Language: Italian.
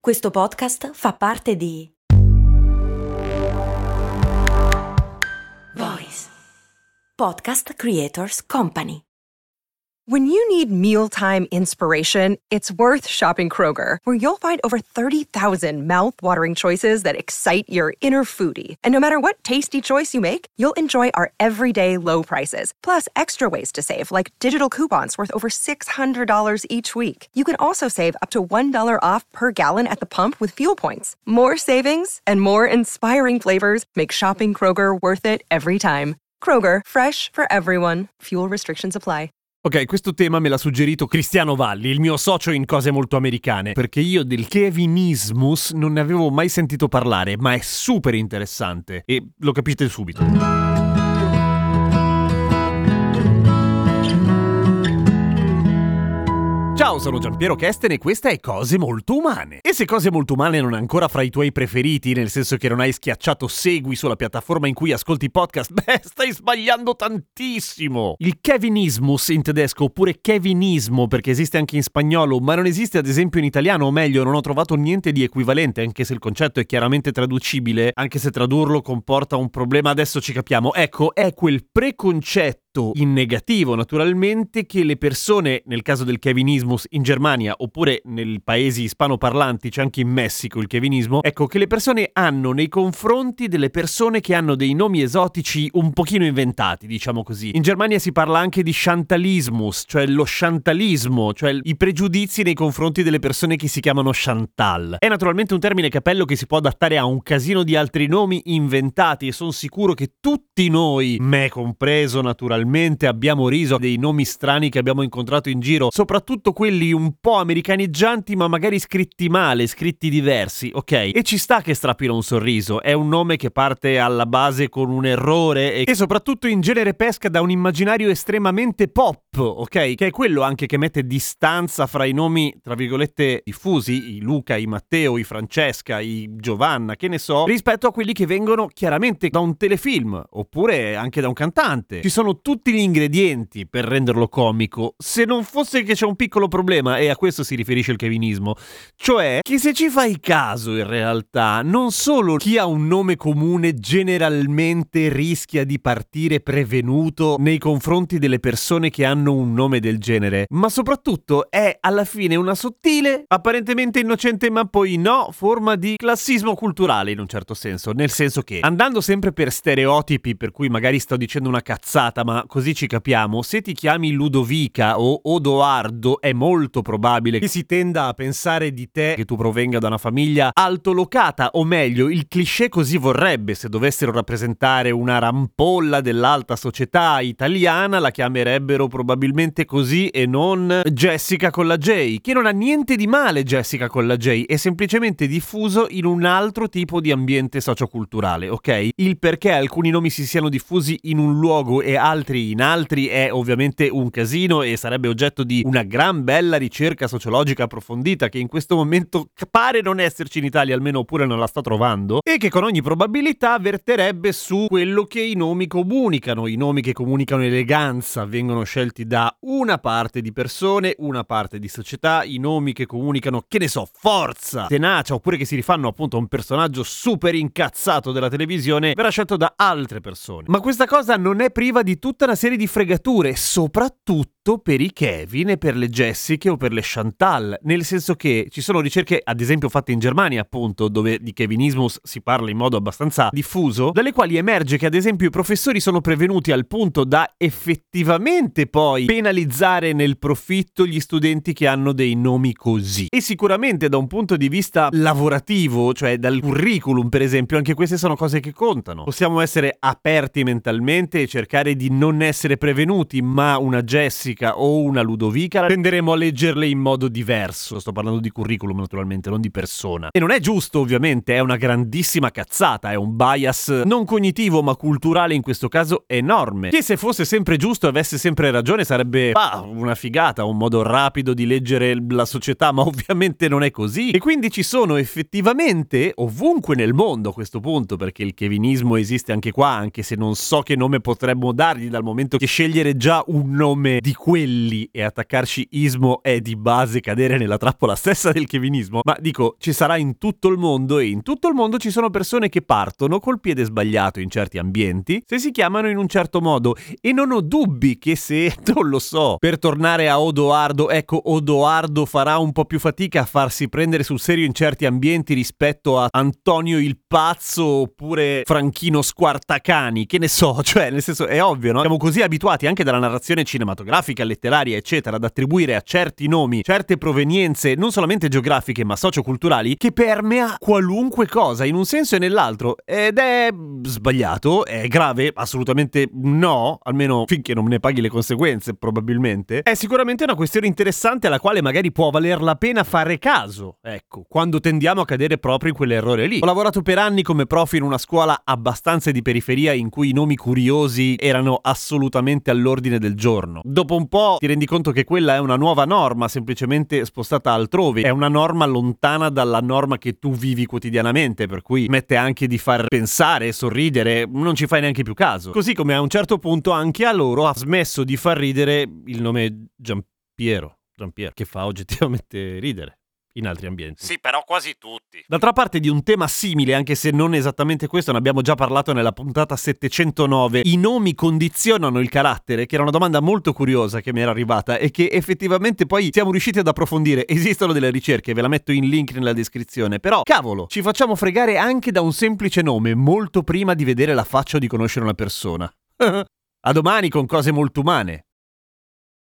Questo podcast fa parte di Voice Podcast Creators Company. When you need mealtime inspiration, it's worth shopping Kroger, where you'll find over 30,000 mouth-watering choices that excite your inner foodie. And no matter what tasty choice you make, you'll enjoy our everyday low prices, plus extra ways to save, like digital coupons worth over $600 each week. You can also save up to $1 off per gallon at the pump with fuel points. More savings and more inspiring flavors make shopping Kroger worth it every time. Kroger, fresh for everyone. Fuel restrictions apply. Ok, questo tema me l'ha suggerito Cristiano Valli, il mio socio in cose molto americane, perché io del Kevinismus non ne avevo mai sentito parlare, ma è super interessante e lo capite subito. Ciao, sono Giampiero Kesten e questa è Cose Molto Umane. E se Cose Molto Umane non è ancora fra i tuoi preferiti, nel senso che non hai schiacciato segui sulla piattaforma in cui ascolti podcast, stai sbagliando tantissimo! Il Kevinismus in tedesco, oppure Kevinismo, perché esiste anche in spagnolo, ma non esiste ad esempio in italiano, o meglio, non ho trovato niente di equivalente, anche se il concetto è chiaramente traducibile, anche se tradurlo comporta un problema, adesso ci capiamo. Ecco, è quel preconcetto in negativo, naturalmente, che le persone, nel caso del Kevinismus in Germania, oppure nei paesi ispanoparlanti, c'è anche in Messico il Kevinismo, ecco, che le persone hanno nei confronti delle persone che hanno dei nomi esotici un pochino inventati, diciamo così. In Germania si parla anche di Chantalismus, cioè lo chantalismo, cioè i pregiudizi nei confronti delle persone che si chiamano Chantal. È naturalmente un termine capello che si può adattare a un casino di altri nomi inventati e sono sicuro che tutti noi, me compreso naturalmente, abbiamo riso dei nomi strani che abbiamo incontrato in giro, soprattutto quelli un po' americaneggianti ma magari scritti male, scritti diversi, ok? E ci sta che strappino un sorriso, è un nome che parte alla base con un errore e soprattutto in genere pesca da un immaginario estremamente pop, ok? Che è quello anche che mette distanza fra i nomi, tra virgolette, diffusi, i Luca, i Matteo, i Francesca, i Giovanna, che ne so, rispetto a quelli che vengono chiaramente da un telefilm, oppure anche da un cantante. Ci sono tutti gli ingredienti per renderlo comico, se non fosse che c'è un piccolo problema, e a questo si riferisce il kevinismo, cioè che se ci fai caso in realtà non solo chi ha un nome comune generalmente rischia di partire prevenuto nei confronti delle persone che hanno un nome del genere, ma soprattutto è alla fine una sottile, apparentemente innocente ma poi no, forma di classismo culturale in un certo senso, nel senso che, andando sempre per stereotipi, per cui magari sto dicendo una cazzata ma così ci capiamo, se ti chiami Ludovica o Odoardo è molto probabile che si tenda a pensare di te che tu provenga da una famiglia altolocata, o meglio, il cliché così vorrebbe, se dovessero rappresentare una rampolla dell'alta società italiana la chiamerebbero probabilmente così e non Jessica con la J, che non ha niente di male Jessica con la J, è semplicemente diffuso in un altro tipo di ambiente socioculturale, ok? Il perché alcuni nomi si siano diffusi in un luogo e altri in altri è ovviamente un casino e sarebbe oggetto di una gran bella ricerca sociologica approfondita che in questo momento pare non esserci in Italia, almeno, oppure non la sta trovando, e che con ogni probabilità verterebbe su quello che i nomi comunicano. I nomi che comunicano eleganza vengono scelti da una parte di persone, una parte di società. I nomi che comunicano, che ne so, forza, tenacia, oppure che si rifanno appunto a un personaggio super incazzato della televisione, verrà scelto da altre persone. Ma questa cosa non è priva di tutta una serie di fregature, soprattutto per i Kevin e per le Jessiche o per le Chantal, nel senso che ci sono ricerche, ad esempio fatte in Germania appunto, dove di Kevinismus si parla in modo abbastanza diffuso, dalle quali emerge che ad esempio i professori sono prevenuti al punto da effettivamente poi penalizzare nel profitto gli studenti che hanno dei nomi così. E sicuramente da un punto di vista lavorativo, cioè dal curriculum per esempio, anche queste sono cose che contano. Possiamo essere aperti mentalmente e cercare di non essere prevenuti, ma una Jessica o una Ludovica tenderemo a leggerle in modo diverso. Sto parlando di curriculum naturalmente, non di persona. E non è giusto ovviamente, è una grandissima cazzata, è un bias non cognitivo ma culturale in questo caso enorme, che se fosse sempre giusto e avesse sempre ragione sarebbe una figata, un modo rapido di leggere la società, ma ovviamente non è così. E quindi ci sono effettivamente ovunque nel mondo a questo punto, perché il kevinismo esiste anche qua, anche se non so che nome potremmo dargli, dal momento che scegliere già un nome di quelli e attaccarci ismo è di base cadere nella trappola stessa del kevinismo, ma dico, ci sarà in tutto il mondo e in tutto il mondo ci sono persone che partono col piede sbagliato in certi ambienti se si chiamano in un certo modo e non ho dubbi che se, non lo so, per tornare a Odoardo, ecco, Odoardo farà un po' più fatica a farsi prendere sul serio in certi ambienti rispetto a Antonio il Pazzo oppure Franchino Squartacani, che ne so, cioè nel senso è ovvio, no? Siamo così abituati anche dalla narrazione cinematografica, letteraria, eccetera, ad attribuire a certi nomi certe provenienze non solamente geografiche ma socioculturali che permea qualunque cosa in un senso e nell'altro ed è sbagliato, è grave, assolutamente no, almeno finché non ne paghi le conseguenze probabilmente. È sicuramente una questione interessante alla quale magari può valer la pena fare caso, ecco, quando tendiamo a cadere proprio in quell'errore lì. Ho lavorato per anni come prof in una scuola abbastanza di periferia in cui i nomi curiosi erano assolutamente all'ordine del giorno. Dopo un po' ti rendi conto che quella è una nuova norma semplicemente spostata altrove, è una norma lontana dalla norma che tu vivi quotidianamente, per cui smette anche di far pensare, sorridere, non ci fai neanche più caso. Così come a un certo punto anche a loro ha smesso di far ridere il nome Giampiero, che fa oggettivamente ridere in altri ambienti. Sì, però quasi tutti. D'altra parte, di un tema simile, anche se non esattamente questo, ne abbiamo già parlato nella puntata 709, i nomi condizionano il carattere, che era una domanda molto curiosa che mi era arrivata e che effettivamente poi siamo riusciti ad approfondire. Esistono delle ricerche, ve la metto in link nella descrizione, però cavolo, ci facciamo fregare anche da un semplice nome molto prima di vedere la faccia o di conoscere una persona. A domani con cose molto umane.